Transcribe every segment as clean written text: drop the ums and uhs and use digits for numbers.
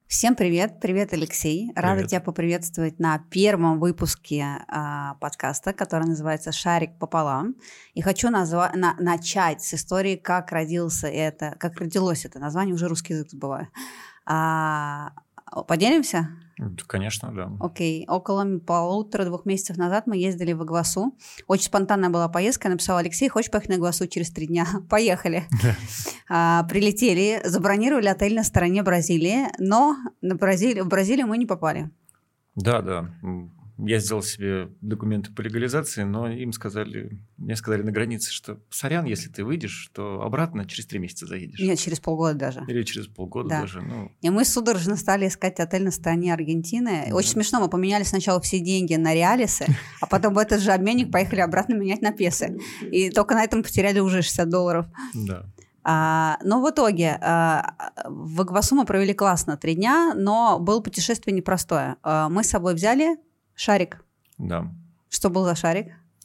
Всем привет! Привет, Алексей! Рада Привет. тебя поприветствовать на первом выпуске подкаста, который называется «Шарик пополам». И хочу начать с истории, как родилось это название, уже русский язык забываю. Поделимся? Конечно, да. Окей. Около 1,5-2 месяцев назад мы ездили в Игвасу. Очень спонтанная была поездка. Я написала: Алексей, хочешь поехать на Игвасу через 3 дня? Поехали. Прилетели, забронировали отель на стороне Бразилии, но в Бразилию мы не попали. Да. Я сделал себе документы по легализации, но мне сказали на границе, что сорян, если ты выйдешь, то обратно через 3 месяца заедешь. Нет, через полгода даже. Или через полгода Да. даже. И мы судорожно стали искать отель на стороне Аргентины. Очень смешно, мы поменяли сначала все деньги на реалисы, а потом в этот же обменник поехали обратно менять на песо. И только на этом потеряли уже $60. Да. Но в итоге в Игвасу мы провели классно 3 дня, но было путешествие непростое. Мы с собой взяли шарик. Да. Что был за шарик?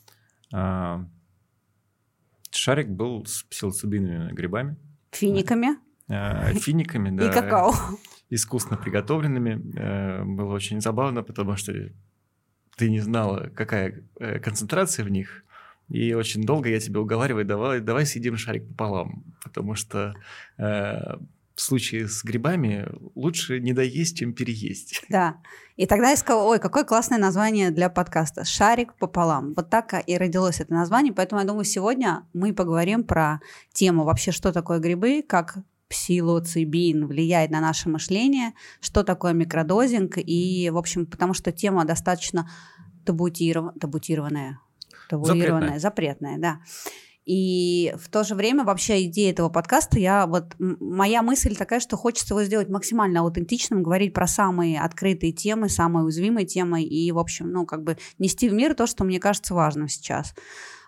Шарик был с псилоцибиновыми грибами. Финиками. Финиками, да. И какао. Искусно приготовленными. Было очень забавно, потому что ты не знала, какая концентрация в них. И очень долго я тебя уговариваю: давай съедим шарик пополам. Потому что в случае с грибами лучше не доесть, чем переесть. Да. И тогда я сказала: ой, какое классное название для подкаста. «Шарик пополам». Вот так и родилось это название. Поэтому я думаю, сегодня мы поговорим про тему вообще, что такое грибы, как псилоцибин влияет на наше мышление, что такое микродозинг. И, в общем, потому что тема достаточно табуированная, запретная, да. И в то же время вообще идея этого подкаста, моя мысль такая, что хочется его сделать максимально аутентичным, говорить про самые открытые темы, самые уязвимые темы и, в общем, нести в мир то, что мне кажется важным сейчас.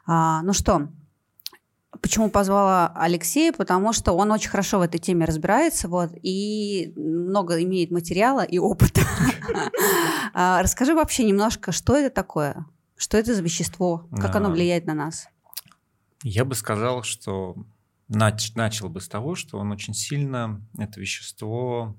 Почему позвала Алексея? Потому что он очень хорошо в этой теме разбирается, и много имеет материала и опыта. Расскажи вообще немножко, что это такое? Что это за вещество? Как оно влияет на нас? Я бы сказал, что начал бы с того, что он очень сильно, это вещество,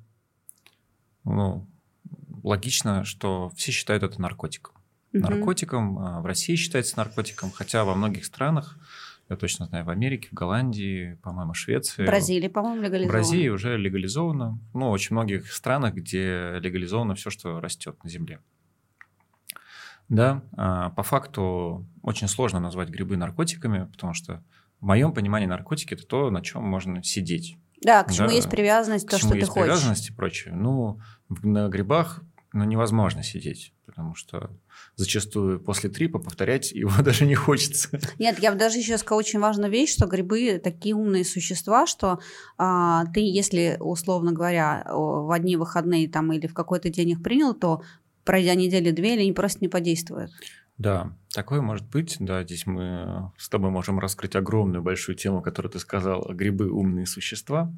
логично, что все считают это наркотиком. Наркотиком, в России считается наркотиком, хотя во многих странах, я точно знаю, в Америке, в Голландии, по-моему, Швеции. В Бразилии, по-моему, легализовано. В Бразилии уже легализовано. В очень многих странах, где легализовано все, что растет на земле. Да, по факту очень сложно назвать грибы наркотиками, потому что в моем понимании наркотики – это то, на чем можно сидеть. Да, к чему есть привязанность, то, что ты хочешь. Привязанность и прочее. На грибах невозможно сидеть, потому что зачастую после трипа повторять его даже не хочется. Нет, я бы даже еще сказала очень важную вещь, что грибы такие умные существа, что ты, если, условно говоря, в одни выходные или в какой-то день их принял, то пройдя неделю-две, они просто не подействуют. Да, такое может быть. Да, здесь мы с тобой можем раскрыть огромную большую тему, которую ты сказал: грибы – умные существа.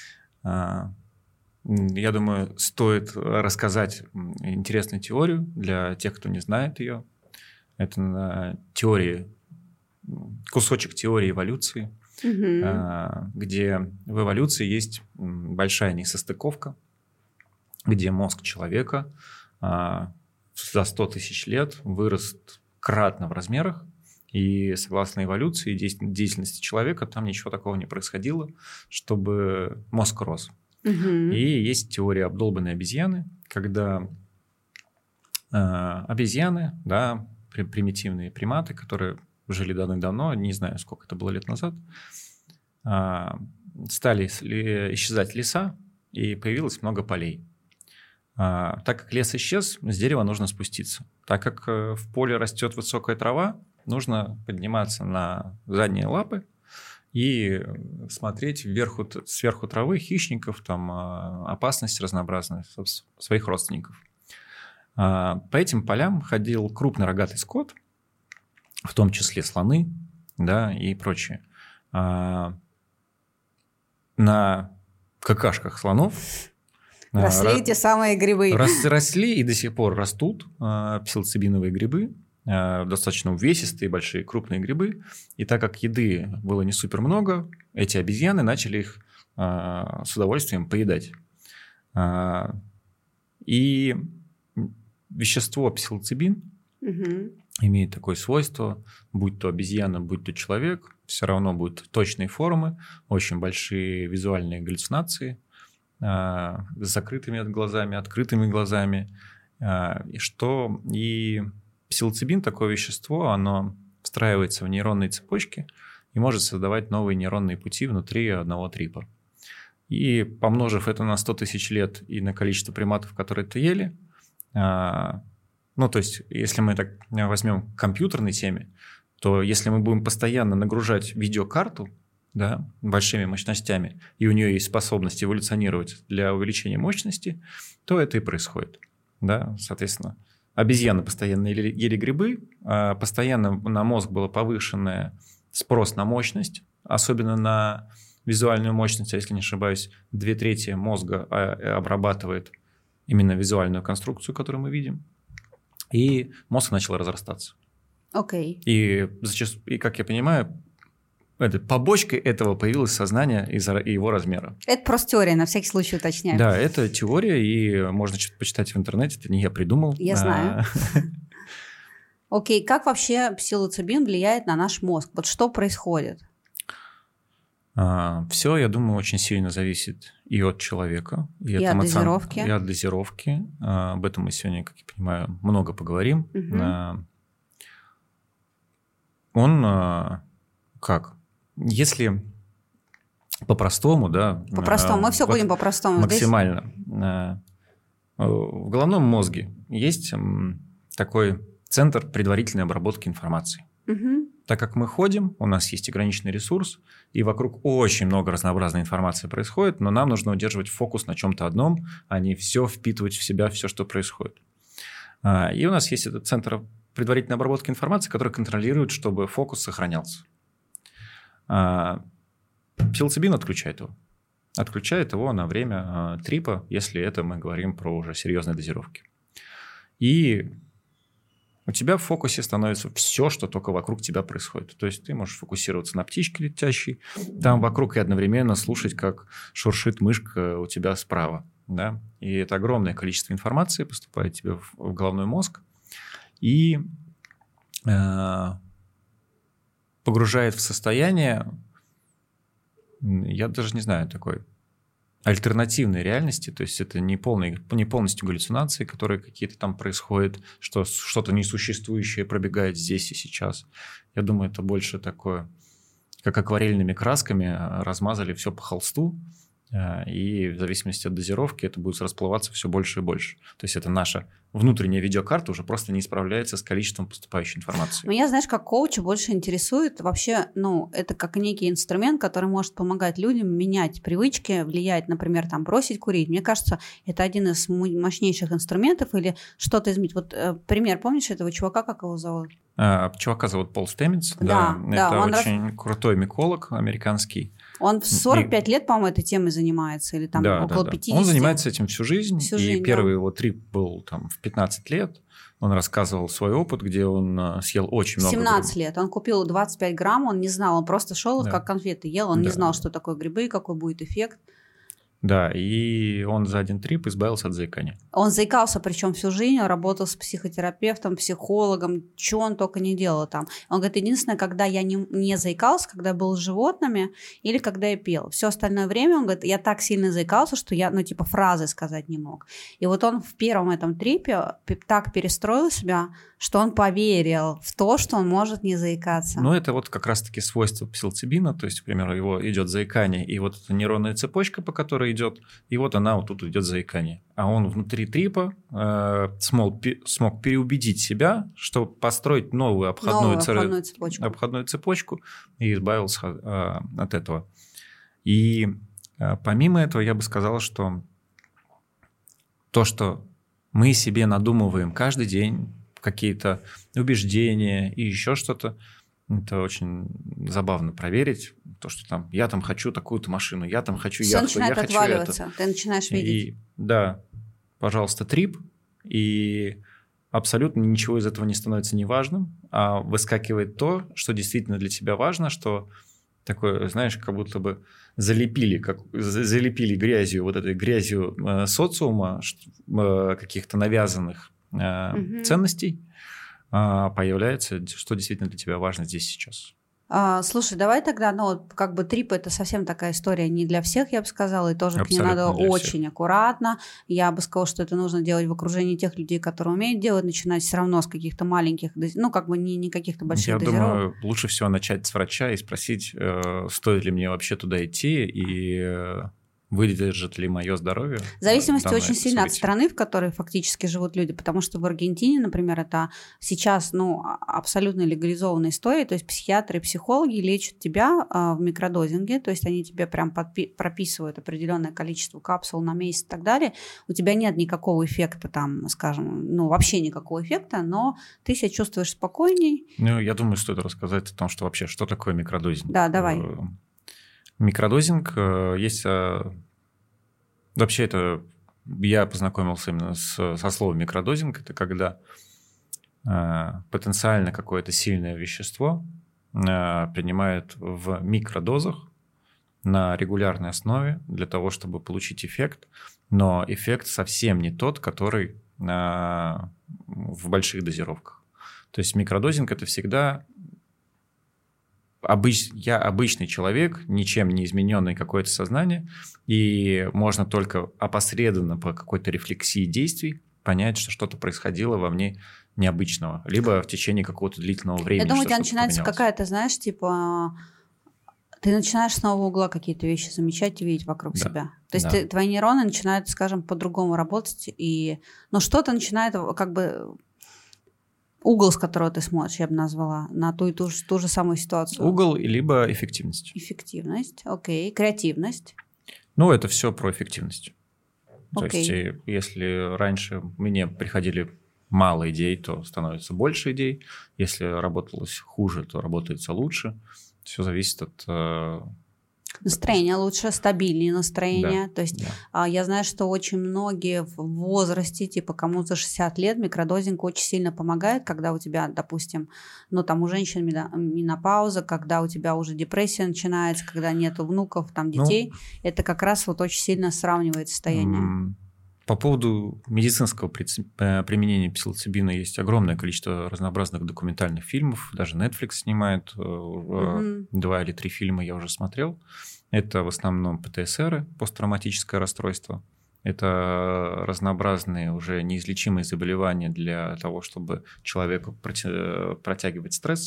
Я думаю, стоит рассказать интересную теорию для тех, кто не знает ее. Это кусочек теории эволюции, где в эволюции есть большая несостыковка, где мозг человека за 100 тысяч лет вырос кратно в размерах, и согласно эволюции и деятельности человека там ничего такого не происходило, чтобы мозг рос. И есть теория обдолбанной обезьяны, когда обезьяны, да, примитивные приматы, которые жили давно, не знаю, сколько это было лет назад, стали исчезать леса, и появилось много полей. Так как лес исчез, с дерева нужно спуститься. Так как в поле растет высокая трава, нужно подниматься на задние лапы и смотреть сверху травы хищников, опасность разнообразная, своих родственников. По этим полям ходил крупный рогатый скот, в том числе слоны, да, и прочее. На какашках слонов росли эти самые грибы. Росли и до сих пор растут псилоцибиновые грибы, достаточно увесистые, большие, крупные грибы. И так как еды было не супер много, эти обезьяны начали их с удовольствием поедать. И вещество псилоцибин имеет такое свойство, будь то обезьяна, будь то человек, все равно будут точные формы, очень большие визуальные галлюцинации, с закрытыми глазами, открытыми глазами. И псилоцибин, такое вещество, оно встраивается в нейронные цепочки и может создавать новые нейронные пути внутри одного трипа. И помножив это на 100 тысяч лет и на количество приматов, которые это ели, ну, то есть, если мы так возьмем к компьютерной теме, то если мы будем постоянно нагружать видеокарту, да, большими мощностями, и у нее есть способность эволюционировать для увеличения мощности, то это и происходит. Да? Соответственно, обезьяны постоянно ели грибы, постоянно на мозг был повышенный спрос на мощность, особенно на визуальную мощность, если не ошибаюсь, 2/3 мозга обрабатывает именно визуальную конструкцию, которую мы видим, и мозг начал разрастаться. Окей. И, как я понимаю, побочкой этого появилось сознание из-за его размера. Это просто теория, на всякий случай уточняю. Да, это теория, и можно что-то почитать в интернете, это не я придумал. Я знаю. Окей, как вообще псилоцибин влияет на наш мозг? Вот что происходит? Все, я думаю, очень сильно зависит и от человека, и от дозировки. И от дозировки. Об этом мы сегодня, как я понимаю, много поговорим. Он как? Если по-простому, да. По-простому, мы все будем по-простому. Максимально. В головном мозге есть такой центр предварительной обработки информации. Так как мы ходим, у нас есть ограниченный ресурс, и вокруг очень много разнообразной информации происходит, но нам нужно удерживать фокус на чем-то одном, а не все впитывать в себя, все, что происходит. И у нас есть этот центр предварительной обработки информации, который контролирует, чтобы фокус сохранялся. Псилоцибин отключает его. Отключает его на время трипа, если это мы говорим про уже серьезные дозировки. И у тебя в фокусе становится все, что только вокруг тебя происходит. То есть ты можешь фокусироваться на птичке летящей, там вокруг и одновременно слушать, как шуршит мышка у тебя справа. Да? И это огромное количество информации поступает тебе в головной мозг и погружает в состояние, я даже не знаю, такой альтернативной реальности, то есть это не полностью галлюцинации, которые какие-то там происходят, что что-то несуществующее пробегает здесь и сейчас. Я думаю, это больше такое, как акварельными красками размазали все по холсту, и в зависимости от дозировки это будет расплываться все больше и больше. То есть это наша внутренняя видеокарта уже просто не справляется с количеством поступающей информации. Меня, знаешь, как коуча больше интересует вообще, это как некий инструмент, который может помогать людям менять привычки, влиять, например, там, бросить курить. Мне кажется, это один из мощнейших инструментов или что-то изменить. Вот пример, помнишь этого чувака, как его зовут? Чувака зовут Пол Стэммитс. Да, это очень крутой миколог американский. Он в 45 лет, по-моему, этой темой занимается, или там около 50. Он занимается этим всю жизнь, первый его трип был там в 15 лет. Он рассказывал свой опыт, где он съел очень много 17 лет. Он купил 25 грамм, он не знал, он просто шел их как конфеты ел, он не знал, что такое грибы, какой будет эффект. Да, и он за один трип избавился от заикания. Он заикался, причем всю жизнь, он работал с психотерапевтом, психологом, что он только не делал там. Он говорит, единственное, когда я не заикался, когда я был с животными или когда я пел. Все остальное время, он говорит, я так сильно заикался, что я, фразы сказать не мог. И вот он в первом этом трипе так перестроил себя, что он поверил в то, что он может не заикаться. Это вот как раз-таки свойство псилоцибина, то есть, к примеру, его идет заикание, и вот эта нейронная цепочка, по которой идет, и вот она вот тут идет заикание. А он внутри трипа смог переубедить себя, чтобы построить новую обходную цепочку и избавился от этого. И помимо этого я бы сказал, что то, что мы себе надумываем каждый день, какие-то убеждения и еще что-то, это очень забавно проверить, то, что там я там хочу такую-то машину, я там хочу яхту, все начинает отваливаться, ты начинаешь видеть. Да, пожалуйста, трип, и абсолютно ничего из этого не становится неважным, а выскакивает то, что действительно для тебя важно, что такое, знаешь, как будто бы залепили грязью, вот этой грязью социума каких-то навязанных ценностей появляется, что действительно для тебя важно здесь сейчас. Слушай, давай тогда, как бы трип – это совсем такая история не для всех, я бы сказала, и тоже Абсолютно к ней надо очень всех. Аккуратно. Я бы сказала, что это нужно делать в окружении тех людей, которые умеют делать, начинать все равно с каких-то маленьких, как бы не каких-то больших дозировок. Я думаю, лучше всего начать с врача и спросить, стоит ли мне вообще туда идти и выдержит ли мое здоровье. В зависимости очень сильно от страны, в которой фактически живут люди, потому что в Аргентине, например, это сейчас абсолютно легализованная история, то есть психиатры и психологи лечат тебя в микродозинге, то есть они тебе прям прописывают определенное количество капсул на месяц и так далее, у тебя нет никакого эффекта там, скажем, вообще никакого эффекта, но ты себя чувствуешь спокойней. Я думаю, стоит рассказать о том, что вообще, что такое микродозинг. Да, давай. Микродозинг есть... Вообще это... Я познакомился именно со словом микродозинг. Это когда потенциально какое-то сильное вещество принимают в микродозах на регулярной основе для того, чтобы получить эффект. Но эффект совсем не тот, который в больших дозировках. То есть микродозинг – это всегда... Я обычный человек, ничем не измененное какое-то сознание, и можно только опосредованно по какой-то рефлексии действий понять, что что-то происходило во мне необычного, либо в течение какого-то длительного времени. Я думаю, у тебя начинается какая-то, знаешь, типа... Ты начинаешь с нового угла какие-то вещи замечать и видеть вокруг себя. То есть твои нейроны начинают, скажем, по-другому работать, но что-то начинает как бы... Угол, с которого ты смотришь, я бы назвала, на ту же самую ситуацию. Угол, либо эффективность. Эффективность, окей. Креативность. Это все про эффективность. То есть, если раньше мне приходили мало идей, то становится больше идей. Если работалось хуже, то работается лучше. Все зависит от... Настроение лучше, стабильнее настроение. Да, то есть я знаю, что очень многие в возрасте, типа кому за 60 лет, микродозинг очень сильно помогает, когда у тебя, допустим, у женщин менопауза, когда у тебя уже депрессия начинается, когда нету внуков, детей. Это как раз очень сильно сравнивает состояние. По поводу медицинского применения пsilocybина есть огромное количество разнообразных документальных фильмов. Даже Netflix снимает 2 или 3 фильма, я уже смотрел. Это в основном ПТСР, посттравматическое расстройство. Это разнообразные уже неизлечимые заболевания для того, чтобы человеку протягивать стресс.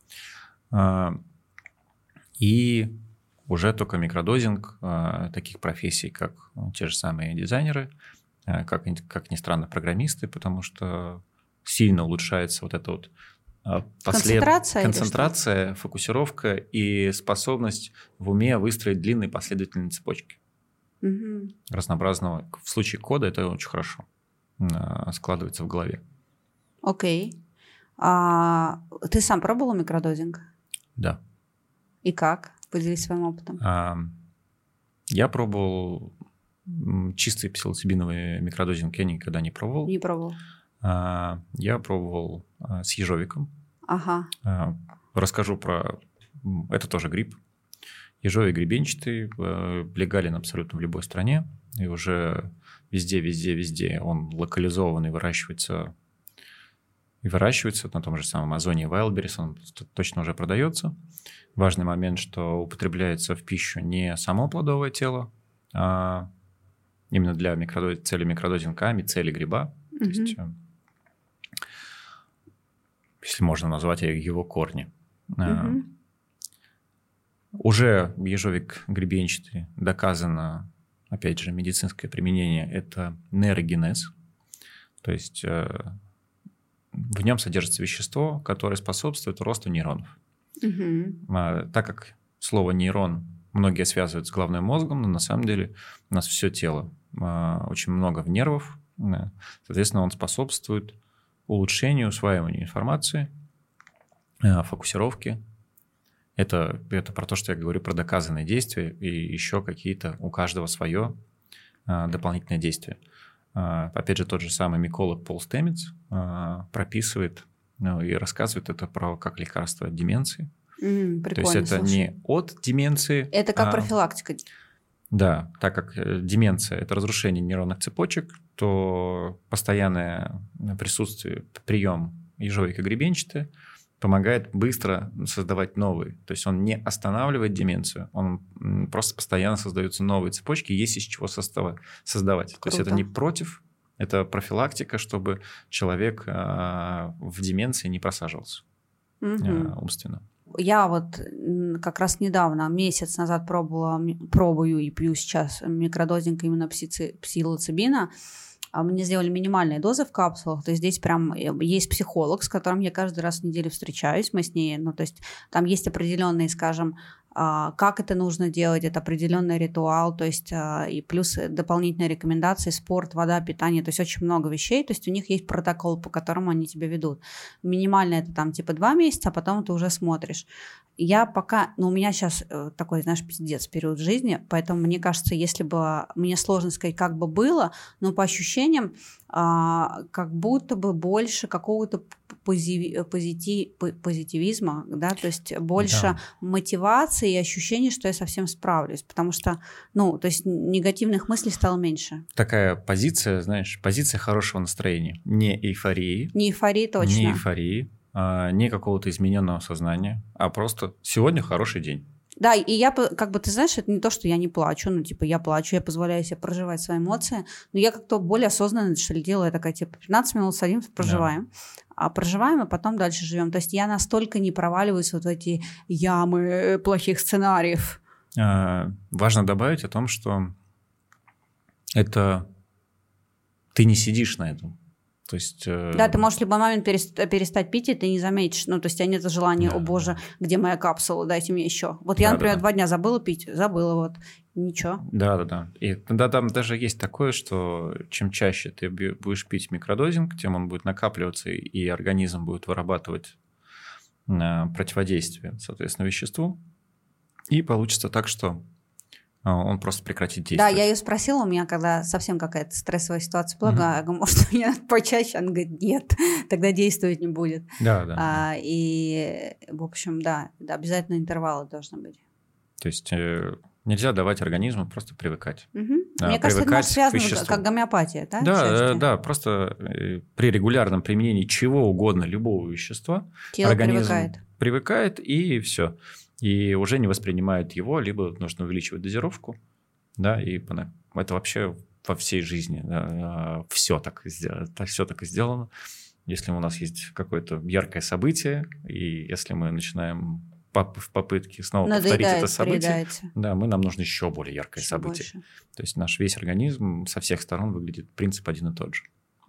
И уже только микродозинг таких профессий, как те же самые дизайнеры, как ни странно, программисты, потому что сильно улучшается эта концентрация, фокусировка и способность в уме выстроить длинные последовательные цепочки. Разнообразного. В случае кода это очень хорошо складывается в голове. Окей. Ты сам пробовал микродозинг? Да. И как? Поделись своим опытом. Я пробовал чистый пsilocybиновый микродозинг, я никогда не пробовал. Не пробовал. Я пробовал с ежовиком. Ага. Расскажу про... Это тоже гриб. Ежовик гребенчатый, легален абсолютно в любой стране. И уже везде он локализован и выращивается на том же самом Озоне и Wildberries. Он точно уже продается. Важный момент, что употребляется в пищу не само плодовое тело, а именно для цели микродозинга, мицелий гриба. То есть, если можно назвать его корни. Уже ежовик гребенчатый доказано, опять же, медицинское применение – это нейрогенез. То есть в нем содержится вещество, которое способствует росту нейронов. Так как слово «нейрон» многие связывают с головным мозгом, но на самом деле у нас все тело, очень много нервов. Соответственно, он способствует улучшению усваивания информации, фокусировки. Это про то, что я говорю про доказанные действия, и еще какие-то у каждого свое дополнительное действие. Опять же, тот же самый миколог Пол Стемец прописывает и рассказывает это как лекарство от деменции. Прикольно, то есть это не от деменции. Это как профилактика. Да, так как деменция – это разрушение нейронных цепочек, то постоянное присутствие, прием ежовика гребенчатый помогает быстро создавать новые. То есть он не останавливает деменцию, он просто постоянно создаются новые цепочки, есть из чего создавать. Круто. То есть это не против, это профилактика, чтобы человек в деменции не просаживался умственно. Я вот как раз недавно, месяц назад пробую и пью сейчас микродозинг именно псилоцибина. Мне сделали минимальные дозы в капсулах, то есть здесь прям есть психолог, с которым я каждый раз в неделю встречаюсь, мы с ней, ну то есть там есть определенные, скажем, как это нужно делать, это определенный ритуал, то есть и плюс дополнительные рекомендации, спорт, вода, питание, то есть очень много вещей, то есть у них есть протокол, по которому они тебя ведут. Минимально это там типа 2 месяца, а потом ты уже смотришь. Я пока, у меня сейчас такой, знаешь, пиздец период жизни, поэтому мне кажется, если бы, мне сложно сказать, как бы было, но по ощущениям, как будто бы больше какого-то позитивизма, да, то есть больше мотивации и ощущения, что я совсем справлюсь, потому что, то есть негативных мыслей стало меньше. Такая позиция, знаешь, позиция хорошего настроения, не эйфории. Не эйфории, точно. Не эйфории, не какого-то измененного сознания, а просто сегодня хороший день. Да, и я, как бы, ты знаешь, это не то, что я не плачу, я плачу, я позволяю себе проживать свои эмоции, но я как-то более осознанно, что ли, делаю, я такая, 15 минут садимся, проживаем, проживаем, и потом дальше живем. То есть я настолько не проваливаюсь вот в эти ямы плохих сценариев. Важно добавить о том, что это ты не сидишь на этом. То есть, да, ты можешь в любой момент перестать пить, и ты не заметишь. То есть у тебя нет желания, о боже, где моя капсула, дайте мне еще. Вот я, например, 2 дня забыла пить, вот, ничего. Да. И тогда там даже есть такое, что чем чаще ты будешь пить микродозинг, тем он будет накапливаться, и организм будет вырабатывать противодействие, соответственно, веществу. И получится так, что он просто прекратит действовать. Да, я ее спросила, у меня когда совсем какая-то стрессовая ситуация была, я говорю, может, мне надо почаще? Она говорит, нет, тогда действовать не будет. Да. И, в общем, да, обязательно интервалы должны быть. То есть нельзя давать организму просто привыкать. Мне кажется, это может связано как гомеопатия, да? Да, просто при регулярном применении чего угодно, любого вещества, тело организм привыкает, и все. И уже не воспринимает его, либо нужно увеличивать дозировку, да, и это вообще во всей жизни, да, все так и сделано. Если у нас есть какое-то яркое событие, и если мы начинаем в попытке снова повторить это событие, нам нужно еще более яркое событие. Больше. То есть наш весь организм со всех сторон выглядит, принцип один и тот же.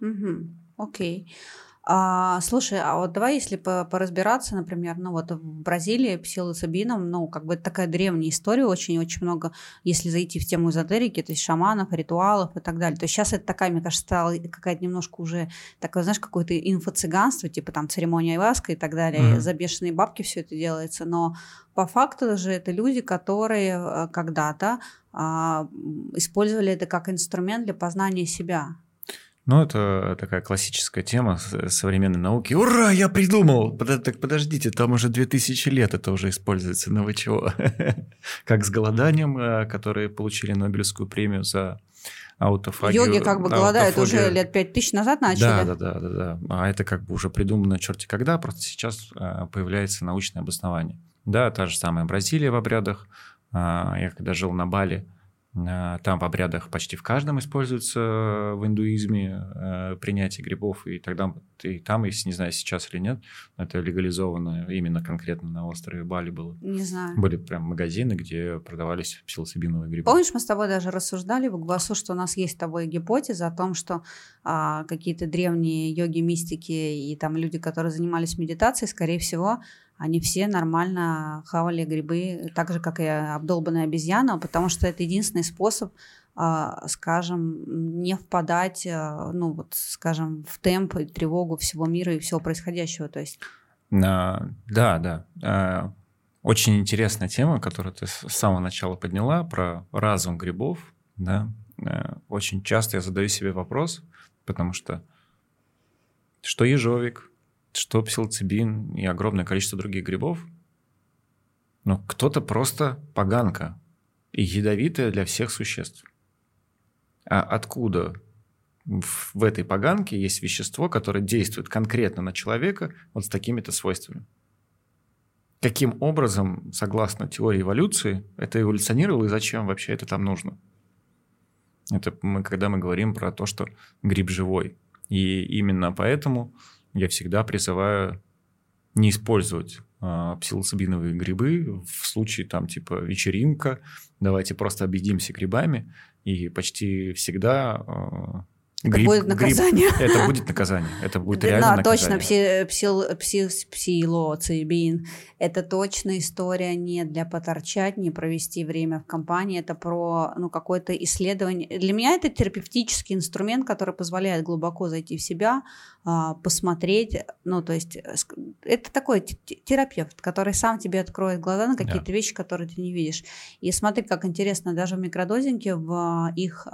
Окей. Слушай, а вот давай, если поразбираться, например, в Бразилии псилоцибином, как бы это такая древняя история, очень-очень много, если зайти в тему эзотерики, то есть шаманов, ритуалов и так далее. То есть сейчас это такая, мне кажется, стала какая-то немножко уже такое, знаешь, какое-то инфо-цыганство, типа там церемония айваска и так далее, за бешеные бабки все это делается, но по факту же это люди, которые когда-то использовали это как инструмент для познания себя. Это такая классическая тема современной науки. Ура, я придумал! Так подождите, там уже 2000 лет это уже используется. Ну вы чего? Как с голоданием, которые получили Нобелевскую премию за аутофагию. Йоги как бы голодают уже лет 5000 назад начали. Да. А это как бы уже придумано черти когда, просто сейчас появляется научное обоснование. Да, та же самая Бразилия в обрядах. Я когда жил на Бали, там в обрядах почти в каждом используется в индуизме принятие грибов, и тогда и там, если не знаю, сейчас или нет, это легализовано именно конкретно на острове Бали было. Не знаю. Были прям магазины, где продавались псилоцибиновые грибы. Помнишь, мы с тобой даже рассуждали в Гвасу, что у нас есть с тобой гипотеза о том, что какие-то древние йоги, мистики и там люди, которые занимались медитацией, скорее всего, они все нормально хавали грибы, так же, как и обдолбанная обезьяна, потому что это единственный способ, скажем, не впадать, скажем, в темп и тревогу всего мира и всего происходящего. То есть... Да. Очень интересная тема, которую ты с самого начала подняла, про разум грибов. Да? Очень часто я задаю себе вопрос, потому что ежовик, что псилоцибин и огромное количество других грибов, кто-то просто поганка. и ядовитая для всех существ. А откуда в этой поганке есть вещество, которое действует конкретно на человека вот с такими-то свойствами? Каким образом, согласно теории эволюции, это эволюционировало и зачем вообще это там нужно? Это когда мы говорим про то, что гриб живой. И именно поэтому я всегда призываю не использовать псилоцибиновые грибы в случае там типа вечеринка, давайте просто объедимся грибами, и почти всегда это будет наказание. Это будет наказание. Это будет реально наказание. Точно, псилоцибин. Это точно история не для поторчать, не провести время в компании. Это про какое-то исследование. Для меня это терапевтический инструмент, который позволяет глубоко зайти в себя, посмотреть. То есть это такой терапевт, который сам тебе откроет глаза на какие-то вещи, которые ты не видишь. И смотри, как интересно, даже в микродозинге в их...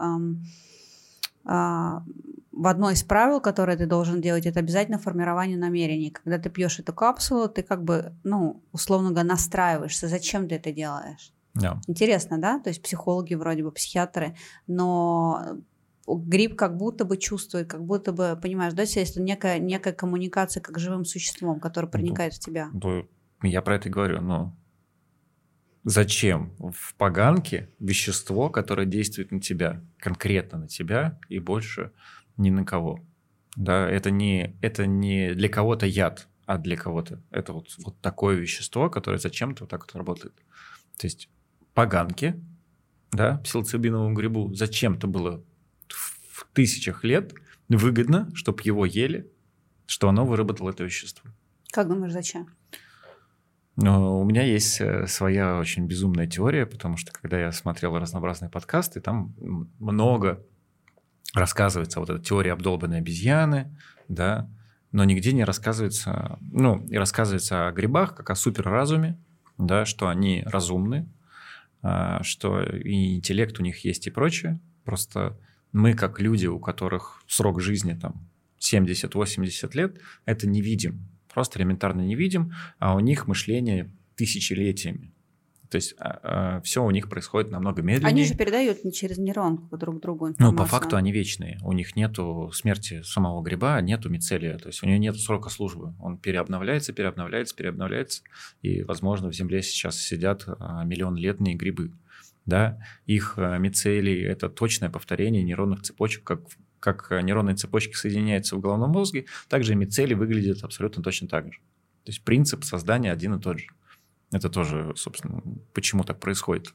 в одно из правил, которое ты должен делать, это обязательно формирование намерений. Когда ты пьешь эту капсулу, ты условно говоря, настраиваешься, зачем ты это делаешь. Yeah. Интересно, да? То есть психологи вроде бы, психиатры, но гриб как будто бы чувствует, как будто бы, понимаешь, да, есть некая коммуникация как с живым существом, которое проникает в тебя. Я про это и говорю, но зачем в поганке вещество, которое действует на тебя, конкретно на тебя и больше ни на кого? Да, это не для кого-то яд, а для кого-то это вот такое вещество, которое зачем-то вот так вот работает. То есть поганке, да, псилоцибиновому грибу зачем-то было в тысячах лет выгодно, чтобы его ели, что оно выработало это вещество. Как думаешь, зачем? Но у меня есть своя очень безумная теория, потому что когда я смотрел разнообразные подкасты, там много рассказывается вот эта теория обдолбанной обезьяны, да, но нигде не рассказывается, и рассказывается о грибах как о суперразуме, да, что они разумны, что и интеллект у них есть и прочее. Просто мы, как люди, у которых срок жизни там 70-80 лет, это не видим. Просто элементарно не видим, а у них мышление тысячелетиями. То есть все у них происходит намного медленнее. Они же передают не через нейронку друг другу информацию. По факту они вечные. У них нету смерти самого гриба, нету мицелия. То есть у него нету срока службы. Он переобновляется. И, возможно, в Земле сейчас сидят миллионлетние грибы. Да? Их мицелий – это точное повторение нейронных цепочек, как нейронные цепочки соединяются в головном мозге, также и мицелий выглядит абсолютно точно так же. То есть принцип создания один и тот же. Это тоже, собственно, почему так происходит.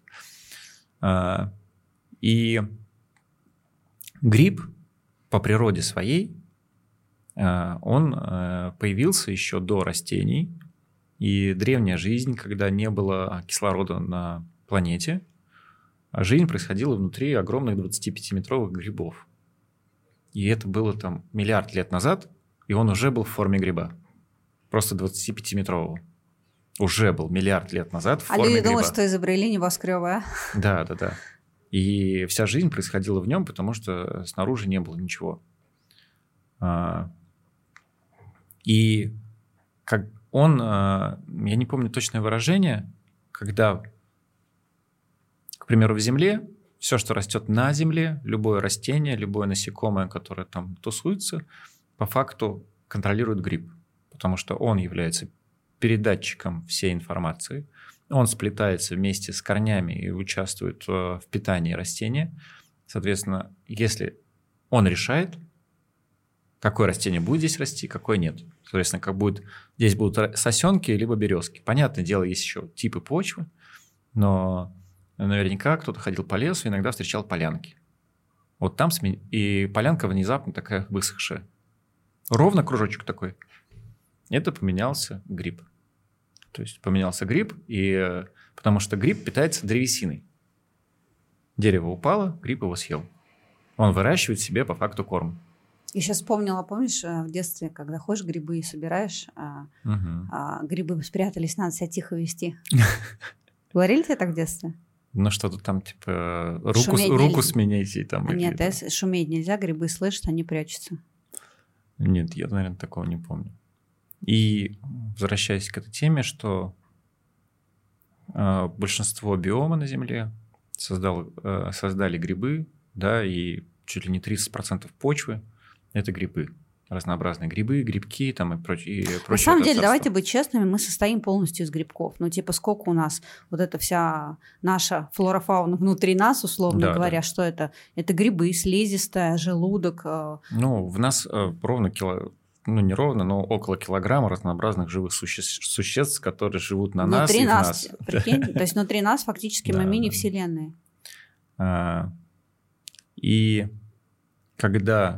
И гриб по природе своей, он появился еще до растений. И древняя жизнь, когда не было кислорода на планете, жизнь происходила внутри огромных 25-метровых грибов. И это было там миллиард лет назад, и он уже был в форме гриба. Просто 25-метрового. Уже был миллиард лет назад в форме гриба. А люди думают, что изобрели небоскребы, а? Да. И вся жизнь происходила в нем, потому что снаружи не было ничего. И как он, я не помню точное выражение, когда, к примеру, в Земле все, что растет на Земле, любое растение, любое насекомое, которое там тусуется, по факту контролирует гриб, потому что он является передатчиком всей информации, он сплетается вместе с корнями и участвует в питании растения. Соответственно, если он решает, какое растение будет здесь расти, какое нет. Соответственно, здесь будут сосенки либо березки. Понятное дело, есть еще типы почвы, но наверняка кто-то ходил по лесу, иногда встречал полянки. Вот там и полянка внезапно такая высохшая. Ровно кружочек такой. Это поменялся гриб. То есть поменялся гриб, потому что гриб питается древесиной. Дерево упало, гриб его съел. Он выращивает себе по факту корм. Я сейчас вспомнила, помнишь, в детстве, когда ходишь грибы и собираешь, грибы спрятались, надо себя тихо вести. Говорили тебе так в детстве? Что-то там, типа, руку сменяйте. Там, нет, шуметь нельзя, грибы слышат, они прячутся. Нет, я, наверное, такого не помню. И возвращаясь к этой теме, что большинство биома на Земле создали грибы, да, и чуть ли не 30% почвы – это грибы. Разнообразные грибы, грибки там и прочее. На самом деле, давайте быть честными, мы состоим полностью из грибков. Ну, типа, сколько у нас вот эта вся наша флора-фауна внутри нас, условно говоря, что это? Это грибы, слизистая, желудок. Ну, в нас ровно не ровно, но около килограмма разнообразных живых существ, которые живут на нас и в нас. Прикинь? То есть внутри нас фактически мы мини-вселенные. И когда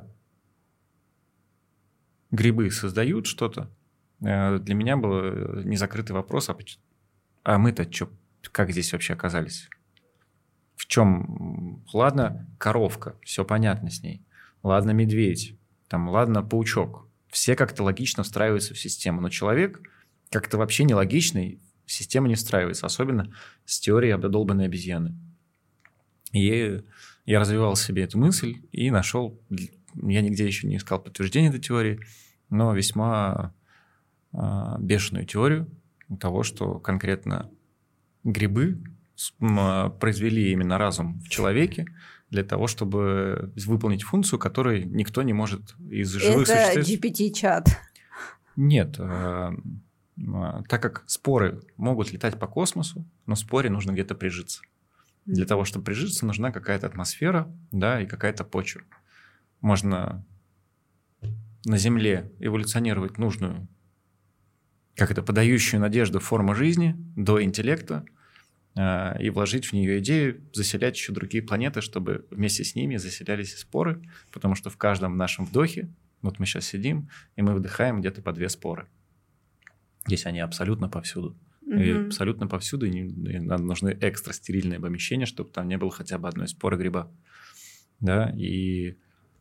грибы создают что-то, для меня был незакрытый вопрос, а мы-то как здесь вообще оказались? В чем? Ладно, коровка, все понятно с ней. Ладно, медведь, там, ладно, паучок. Все как-то логично встраиваются в систему, но человек как-то вообще нелогичный, в систему не встраивается, особенно с теорией обдолбанной обезьяны. И я развивал себе эту мысль и нашел, я нигде еще не искал подтверждения этой теории, но весьма бешеную теорию того, что конкретно грибы произвели именно разум в человеке для того, чтобы выполнить функцию, которую никто не может из живых существ. Это GPT-чат. Нет. Так как споры могут летать по космосу, но споре нужно где-то прижиться. Для того, чтобы прижиться, нужна какая-то атмосфера, да, и какая-то почва. Можно на Земле эволюционировать нужную, подающую надежду форму жизни до интеллекта и вложить в нее идею заселять еще другие планеты, чтобы вместе с ними заселялись и споры, потому что в каждом нашем вдохе, вот мы сейчас сидим, и мы вдыхаем где-то по 2 споры. Здесь они абсолютно повсюду. И абсолютно повсюду, и нам нужны экстра стерильные помещения, чтобы там не было хотя бы одной споры гриба. Да, и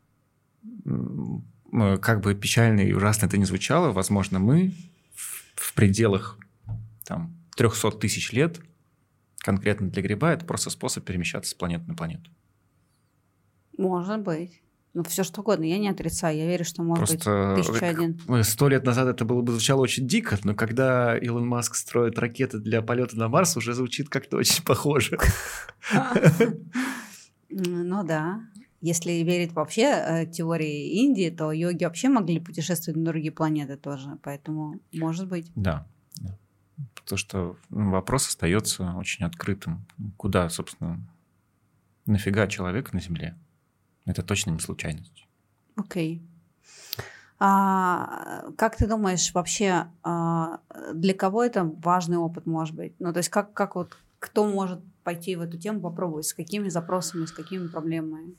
как бы печально и ужасно это ни звучало, возможно, мы в пределах там 300 тысяч лет конкретно для гриба это просто способ перемещаться с планеты на планету. Может быть. Ну, все что угодно, я не отрицаю, я верю, что может быть 1001. 100 лет назад это звучало очень дико, но когда Илон Маск строит ракеты для полета на Марс, уже звучит как-то очень похоже. Ну да. Если верить вообще теории Индии, то йоги вообще могли путешествовать на другие планеты тоже, поэтому может быть. Да. Потому что вопрос остается очень открытым. Куда, собственно, нафига человек на Земле? Это точно не случайность. Окей. Как ты думаешь, вообще, для кого это важный опыт может быть? Ну, то есть как вот кто может пойти в эту тему, попробовать, с какими запросами, с какими проблемами?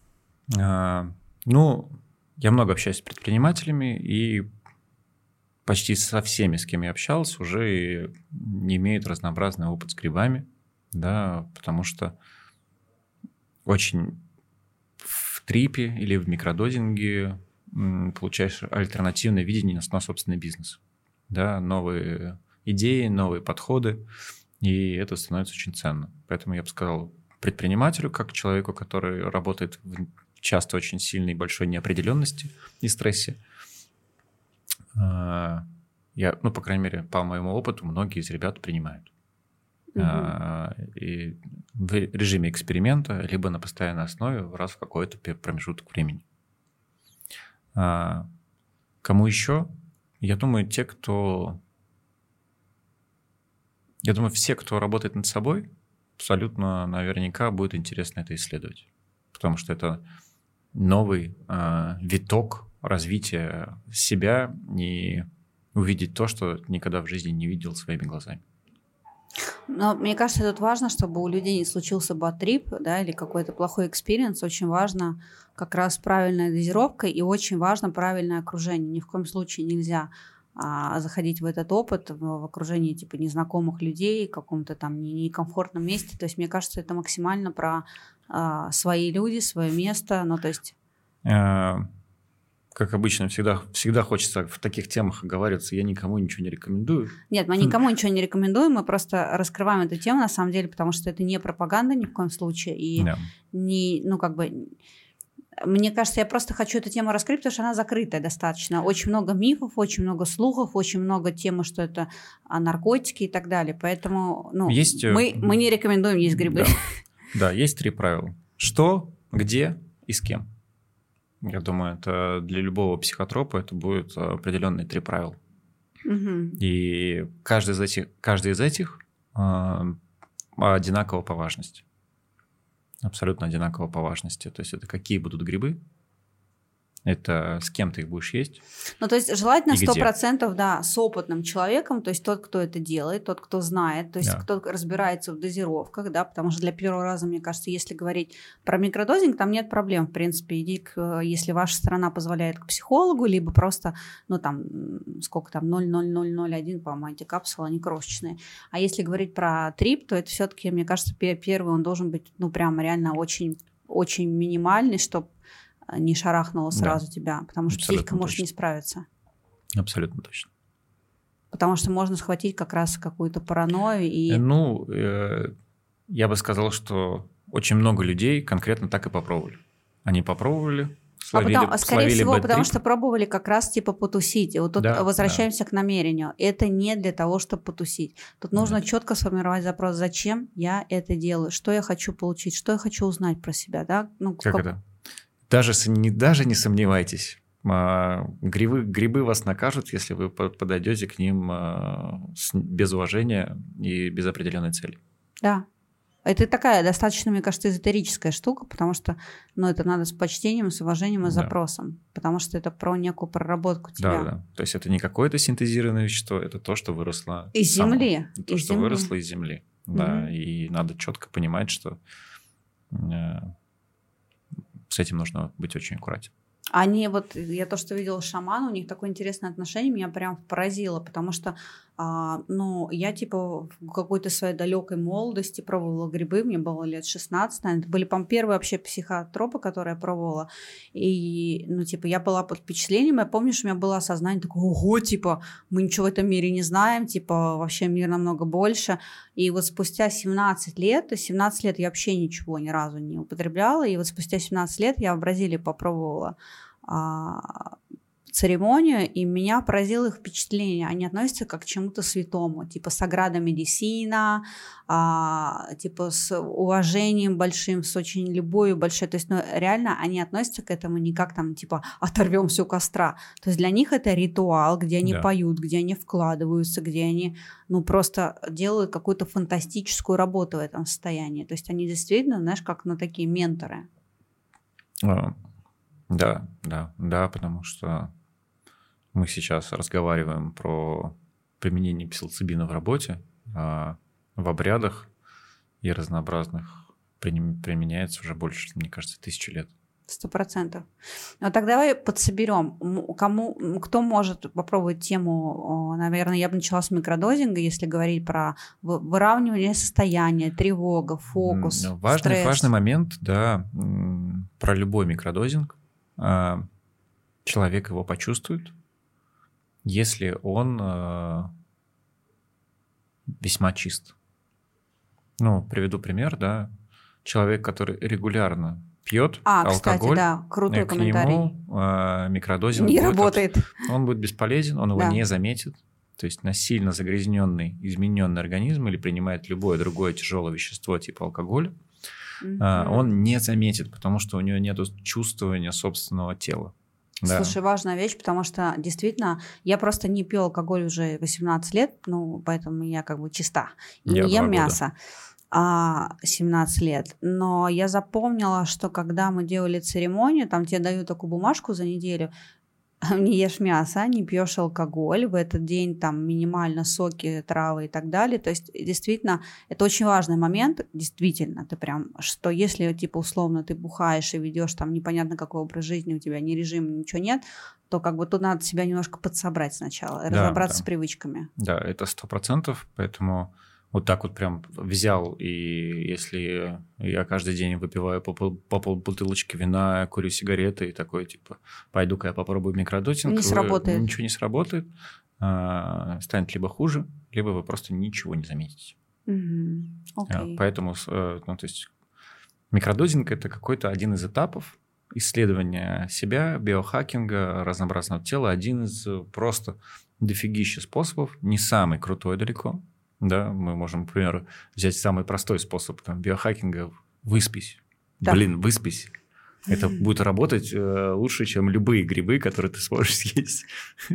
Ну, я много общаюсь с предпринимателями, и почти со всеми, с кем я общался, уже не имеют разнообразный опыт с грибами, да, потому что очень в трипе или в микродозинге получаешь альтернативное видение на собственный бизнес, да, новые идеи, новые подходы, и это становится очень ценно. Поэтому я бы сказал предпринимателю, как человеку, который работает в часто очень сильной и большой неопределенности и стрессе. По крайней мере, по моему опыту, многие из ребят принимают. И в режиме эксперимента, либо на постоянной основе раз в какой-то промежуток времени. Кому еще? Я думаю, все, кто работает над собой, абсолютно наверняка будет интересно это исследовать. Потому что это новый виток развития себя и увидеть то, что никогда в жизни не видел своими глазами. Но мне кажется, тут важно, чтобы у людей не случился бад-трип, да, или какой-то плохой экспириенс. Очень важно как раз правильная дозировка и очень важно правильное окружение. Ни в коем случае нельзя заходить в этот опыт в окружении типа незнакомых людей, в каком-то там некомфортном месте. То есть мне кажется, это максимально про свои люди, свое место. Ну, то есть... Как обычно, всегда хочется в таких темах оговариваться. Я никому ничего не рекомендую. Нет, мы никому ничего не рекомендуем. Мы просто раскрываем эту тему, на самом деле, потому что это не пропаганда ни в коем случае. И мне кажется, я просто хочу эту тему раскрыть, потому что она закрытая достаточно. Очень много мифов, очень много слухов, очень много темы, что это наркотики и так далее. Поэтому мы не рекомендуем есть грибы. Да, есть 3 правила. Что, где и с кем. Я думаю, это для любого психотропа это будут определенные 3 правила. И каждый из этих одинаково по важности. Абсолютно одинаково по важности. То есть это какие будут грибы, это с кем ты их будешь есть. Ну, то есть желательно 100%, да, с опытным человеком, то есть тот, кто это делает, тот, кто знает, то есть кто разбирается в дозировках, да, потому что для первого раза, мне кажется, если говорить про микродозинг, там нет проблем, в принципе, иди, если ваша страна позволяет, к психологу, либо просто, ну, там, сколько там, 0,0001, по-моему, эти капсулы, они крошечные. А если говорить про трип, то это все-таки, мне кажется, первый он должен быть, ну, прям реально очень, очень минимальный, чтобы не шарахнуло сразу тебя, потому что психика может не справиться. Абсолютно точно. Потому что можно схватить как раз какую-то паранойю и... Ну, я бы сказал, что очень много людей конкретно так и попробовали. Они попробовали, скорее всего, потому что пробовали как раз типа потусить. И вот тут возвращаемся к намерению. Это не для того, чтобы потусить. Тут нужно четко сформировать запрос, зачем я это делаю, что я хочу получить, что я хочу узнать про себя. Да? Ну, как это? Даже не сомневайтесь. Грибы вас накажут, если вы подойдете к ним без уважения и без определенной цели. Да. Это такая достаточно, мне кажется, эзотерическая штука, потому что это надо с почтением, с уважением и запросом. Потому что это про некую проработку тебя. Да. То есть это не какое-то синтезированное вещество, это то, что выросло из земли. То, что выросло из земли. Да, и надо четко понимать, что... С этим нужно быть очень аккуратен. Они я то, что видела шамана, у них такое интересное отношение, меня прям поразило, потому что, я типа в какой-то своей далекой молодости пробовала грибы, мне было лет 16, наверное, это были, по-моему, первые вообще психотропы, которые я пробовала, и, я была под впечатлением, я помню, что у меня было осознание такое, ого, типа, мы ничего в этом мире не знаем, типа, вообще мир намного больше, и вот спустя 17 лет, то есть 17 лет я вообще ничего ни разу не употребляла, и вот спустя 17 лет я в Бразилии попробовала церемонию, и меня поразило их впечатление. Они относятся как к чему-то святому, типа Саграда Медисина, типа с уважением большим, с очень любовью большой. То есть, реально они относятся к этому не как там, типа, оторвемся у костра. То есть для них это ритуал, где они поют, где они вкладываются, где они, просто делают какую-то фантастическую работу в этом состоянии. То есть они действительно, знаешь, как такие менторы. Да, потому что мы сейчас разговариваем про применение пsilocybина в работе, а в обрядах и разнообразных применяется уже больше, мне кажется, 1000 лет. 100%. Ну, так давай подсоберем. Кто может попробовать тему, наверное, я бы начала с микродозинга, если говорить про выравнивание состояния, тревога, фокус, стресс. Важный момент, да, про любой микродозинг. Человек его почувствует, если он весьма чист. Приведу пример, да. Человек, который регулярно пьет алкоголь, кстати, да, крутой комментарий. К нему микродозинг не работает. Он будет бесполезен, он его не заметит. То есть насильно загрязненный, измененный организм или принимает любое другое тяжелое вещество типа алкоголя, он не заметит, потому что у него нет чувствования собственного тела. Слушай, важная вещь, потому что действительно я просто не пью алкоголь уже 18 лет, поэтому я как бы чиста. И не ем мясо 17 лет. Но я запомнила, что когда мы делали церемонию, там тебе дают такую бумажку за неделю, не ешь мясо, не пьешь алкоголь, в этот день там минимально соки, травы и так далее. То есть действительно это очень важный момент, действительно, ты прям, что если типа условно ты бухаешь и ведешь там непонятно какой образ жизни, у тебя ни режим, ничего нет, то как бы тут надо себя немножко подсобрать сначала, разобраться с привычками. Да, это 100%, поэтому вот так вот прям взял, и если я каждый день выпиваю по полбутылочки вина, курю сигареты и такой, типа, пойду-ка я попробую микродозинг. Не сработает. Ничего не сработает. Станет либо хуже, либо вы просто ничего не заметите. Okay. Поэтому, то есть, микродозинг – это какой-то один из этапов исследования себя, биохакинга, разнообразного тела. Один из просто дофигища способов, не самый крутой далеко. Да, мы можем, например, взять самый простой способ биохакинга, выспись. Да. Блин, выспись. Это будет работать лучше, чем любые грибы, которые ты сможешь съесть.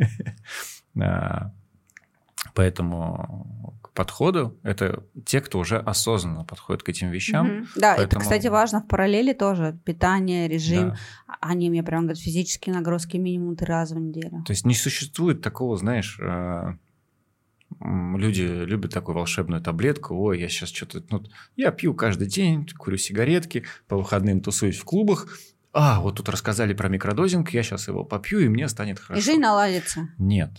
Поэтому к подходу это те, кто уже осознанно подходит к этим вещам. Да, Поэтому... это, кстати, важно в параллели тоже. Питание, режим. Да. Они мне прям говорят, физические нагрузки минимум 3 раза в неделю. То есть не существует такого, знаешь, люди любят такую волшебную таблетку. Ой, я сейчас что-то... Ну, я пью каждый день, курю сигаретки, по выходным тусуюсь в клубах. Вот тут рассказали про микродозинг, я сейчас его попью, и мне станет хорошо. И жизнь наладится. Нет.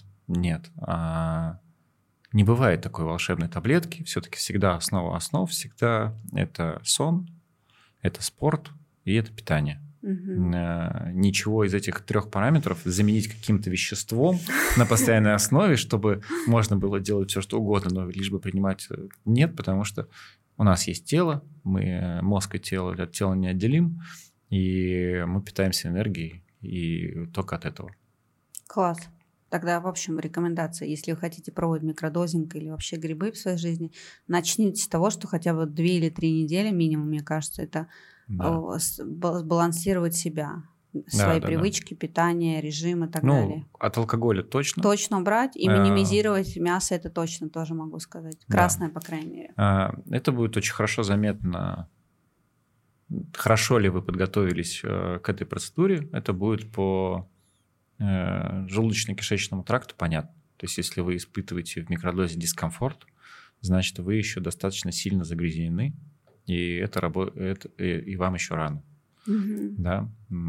Не бывает такой волшебной таблетки. Все-таки всегда основа основ, всегда это сон, это спорт и это питание. Ничего из этих 3 параметров заменить каким-то веществом на постоянной основе, чтобы можно было делать все, что угодно, но лишь бы принимать нет, потому что у нас есть тело, мы мозг и тело от тела не отделим, и мы питаемся энергией, и только от этого. Класс. Тогда, в общем, рекомендация, если вы хотите пробовать микродозинг или вообще грибы в своей жизни, начните с того, что хотя бы 2 или 3 недели минимум, мне кажется, это сбалансировать себя, свои привычки, питание, режим и так далее. От алкоголя точно. Точно убрать и минимизировать мясо, это точно тоже могу сказать. Красное, по крайней мере. Это будет очень хорошо заметно. Хорошо ли вы подготовились к этой процедуре, это будет по желудочно-кишечному тракту понятно. То есть, если вы испытываете в микродозе дискомфорт, значит, вы еще достаточно сильно загрязнены, и и вам еще рано. Да?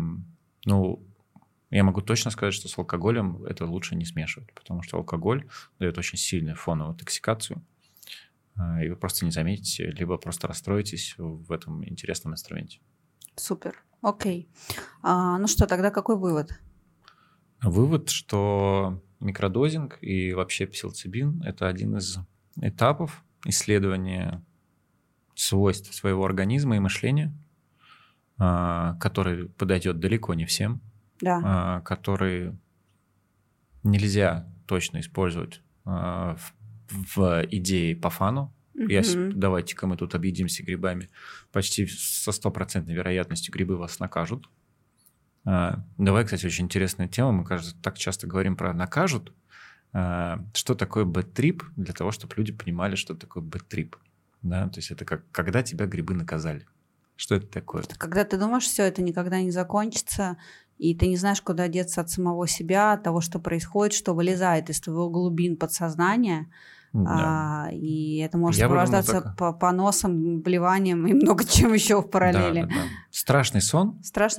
Я могу точно сказать, что с алкоголем это лучше не смешивать, потому что алкоголь дает очень сильную фоновую токсикацию, и вы просто не заметите, либо просто расстроитесь в этом интересном инструменте. Супер. Окей. Ну что, тогда какой вывод? Вывод, что микродозинг и вообще псилоцибин – это один из этапов исследования свойств своего организма и мышления, который подойдет далеко не всем, который нельзя точно использовать в идее по фану. Давайте-ка мы тут объедимся грибами. Почти со 100% вероятностью грибы вас накажут. Давай, кстати, очень интересная тема. Мы, кажется, так часто говорим про накажут. Что такое бэд-трип, для того, чтобы люди понимали, что такое бэд-трип. Да? То есть это как когда тебя грибы наказали. Что это такое? Когда ты думаешь, все это никогда не закончится, и ты не знаешь, куда деться от самого себя, от того, что происходит, что вылезает из твоего глубин подсознания. Да. И это может сопровождаться поносом, блеванием и много чем еще в параллели. Да. Страшный сон.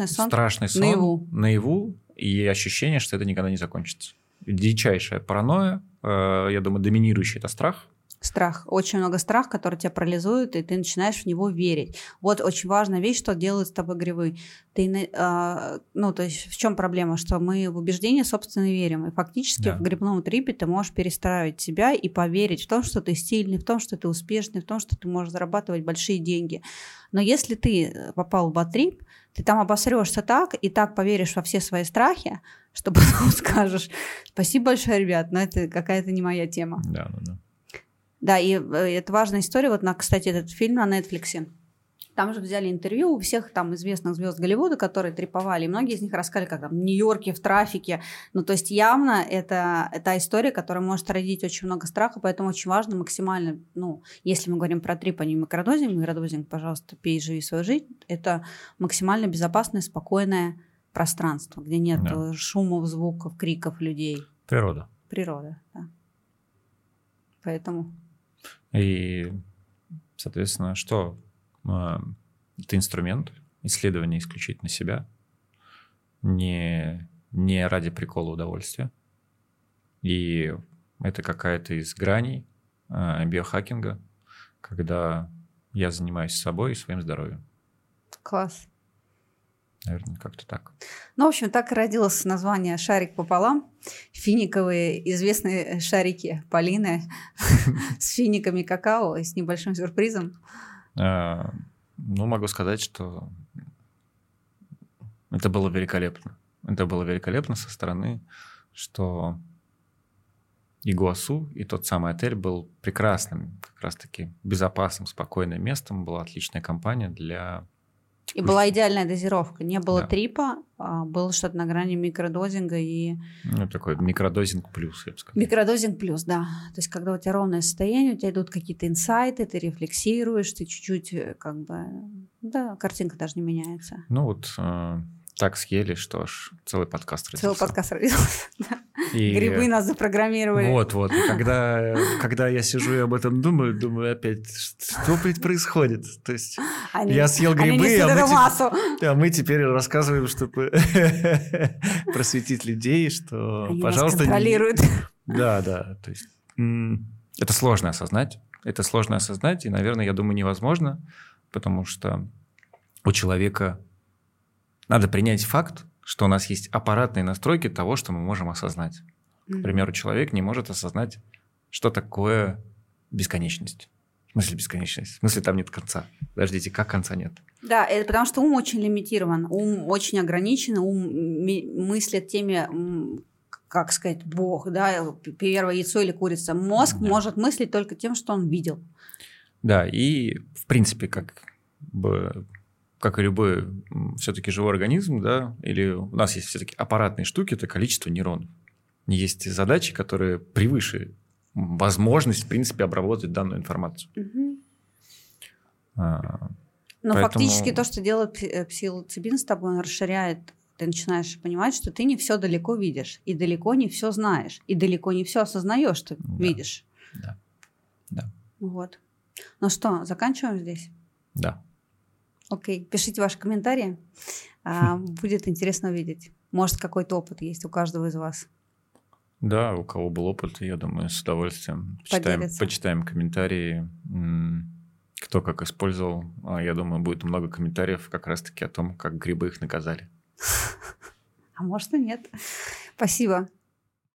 Наяву. И ощущение, что это никогда не закончится. Дичайшая паранойя. Я думаю, доминирующий – это страх. Страх. Очень много страха, который тебя парализует, и ты начинаешь в него верить. Вот очень важная вещь, что делают с тобой грибы. То есть в чем проблема? Что мы в убеждения собственно верим. И фактически в грибном трипе ты можешь перестраивать себя и поверить в том, что ты сильный, в том, что ты успешный, в том, что ты можешь зарабатывать большие деньги. Но если ты попал в бад-трип, ты там обосрешься так и так поверишь во все свои страхи, что потом скажешь: спасибо большое, ребят, но это какая-то не моя тема. Да. Да, и это важная история. Вот, кстати, этот фильм на Netflix. Там же взяли интервью у всех там известных звезд Голливуда, которые триповали. И многие из них рассказали, как там в Нью-Йорке, в трафике. То есть явно это та история, которая может родить очень много страха, поэтому очень важно максимально, если мы говорим про трип, а не микродозинг, пожалуйста, пей, живи свою жизнь. Это максимально безопасное, спокойное пространство, где нет шумов, звуков, криков людей. Природа, да. Поэтому... И, соответственно, что? Это инструмент исследования исключительно себя, не ради прикола удовольствия. И это какая-то из граней биохакинга, когда я занимаюсь собой и своим здоровьем. Класс. Наверное, как-то так. В общем, так и родилось название «Шарик пополам». Финиковые известные шарики Полины с финиками какао и с небольшим сюрпризом. Могу сказать, что это было великолепно. Это было великолепно со стороны, что Игуасу, и тот самый отель был прекрасным, как раз-таки безопасным, спокойным местом. Была отличная компания для... И была идеальная дозировка. Не было Да. трипа, было что-то на грани микродозинга и... Ну, такой микродозинг плюс, я бы сказал. Микродозинг плюс, да. То есть, когда у тебя ровное состояние, у тебя идут какие-то инсайты, ты рефлексируешь, ты чуть-чуть как бы... Да, картинка даже не меняется. Ну вот так съели, что аж целый подкаст родился. Целый подкаст родился. И... Грибы нас запрограммировали. Вот. И когда я сижу и об этом думаю опять, что происходит? То есть я съел грибы, а мы теперь рассказываем, чтобы просветить людей, что, они пожалуйста... нас контролируют. Да. То есть это сложно осознать. И, наверное, я думаю, невозможно, потому что у человека надо принять факт, что у нас есть аппаратные настройки того, что мы можем осознать. К примеру, человек не может осознать, что такое бесконечность. В смысле бесконечность? В смысле там нет конца. Подождите, как конца нет? Да, это потому что ум очень лимитирован, ум очень ограничен, ум мыслит теми, как сказать, Бог, да, первое яйцо или курица. Мозг может мыслить только тем, что он видел. Да, и в принципе, как и любой все-таки живой организм, да, или у нас есть все-таки аппаратные штуки, это количество нейронов. Есть задачи, которые превыше возможность, в принципе, обработать данную информацию. Но фактически то, что делает псилоцибин с тобой, он расширяет. Ты начинаешь понимать, что ты не все далеко видишь, и далеко не все знаешь, и далеко не все осознаешь, что видишь. Да. Вот. Ну что, заканчиваем здесь? Да. Окей, пишите ваши комментарии. Будет интересно увидеть. Может, какой-то опыт есть у каждого из вас. Да, у кого был опыт, я думаю, с удовольствием почитаем комментарии, кто как использовал. Я думаю, будет много комментариев как раз-таки о том, как грибы их наказали. А может и нет. Спасибо.